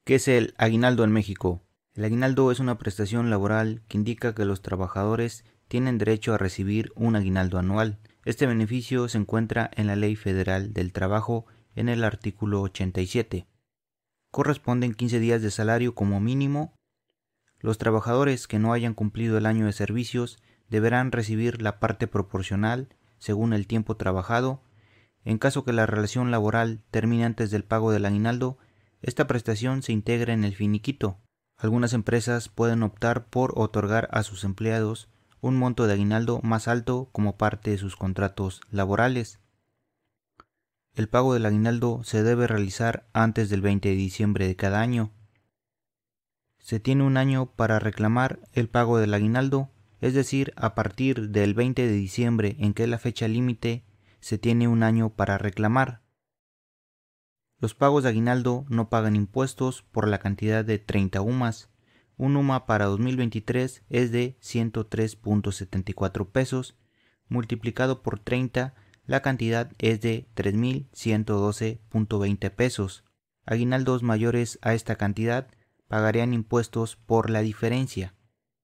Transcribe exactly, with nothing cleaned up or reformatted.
¿Qué es el aguinaldo en México? El aguinaldo es una prestación laboral que indica que los trabajadores tienen derecho a recibir un aguinaldo anual. Este beneficio se encuentra en la Ley Federal del Trabajo en el artículo ochenta y siete. Corresponden quince días de salario como mínimo. Los trabajadores que no hayan cumplido el año de servicios deberán recibir la parte proporcional según el tiempo trabajado. En caso que la relación laboral termine antes del pago del aguinaldo, esta prestación se integra en el finiquito. Algunas empresas pueden optar por otorgar a sus empleados un monto de aguinaldo más alto como parte de sus contratos laborales. El pago del aguinaldo se debe realizar antes del veinte de diciembre de cada año. Se tiene un año para reclamar el pago del aguinaldo, es decir, a partir del veinte de diciembre, en que es la fecha límite, se tiene un año para reclamar. Los pagos de aguinaldo no pagan impuestos por la cantidad de treinta U M As. Un U M A para dos mil veintitrés es de ciento tres punto setenta y cuatro pesos, multiplicado por treinta, la cantidad es de tres mil ciento doce punto veinte pesos. Aguinaldos mayores a esta cantidad pagarían impuestos por la diferencia.